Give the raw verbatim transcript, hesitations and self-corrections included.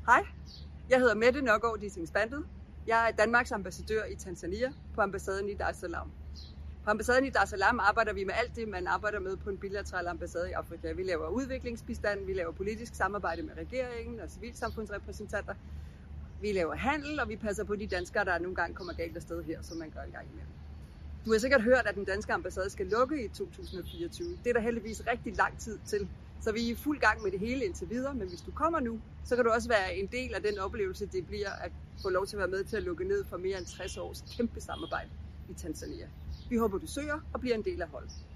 Hej, jeg hedder Mette Nørgaard Dissing-Spandet. Jeg er Danmarks ambassadør i Tanzania på ambassaden i Dar es Salaam. På ambassaden i Dar es Salaam arbejder vi med alt det, man arbejder med på en bilateral ambassade i Afrika. Vi laver udviklingsbistand, vi laver politisk samarbejde med regeringen og civilsamfundsrepræsentanter. Vi laver handel, og vi passer på de danskere, der nogle gange kommer galt afsted her, som man gør en gang imellem. Du har sikkert hørt, at den danske ambassade skal lukke i to tusind og fireogtyve. Det er der heldigvis rigtig lang tid til, så vi er i fuld gang med det hele indtil videre. Men hvis du kommer nu, så kan du også være en del af den oplevelse, det bliver at få lov til at være med til at lukke ned for mere end tres års kæmpe samarbejde i Tanzania. Vi håber, du søger og bliver en del af holdet.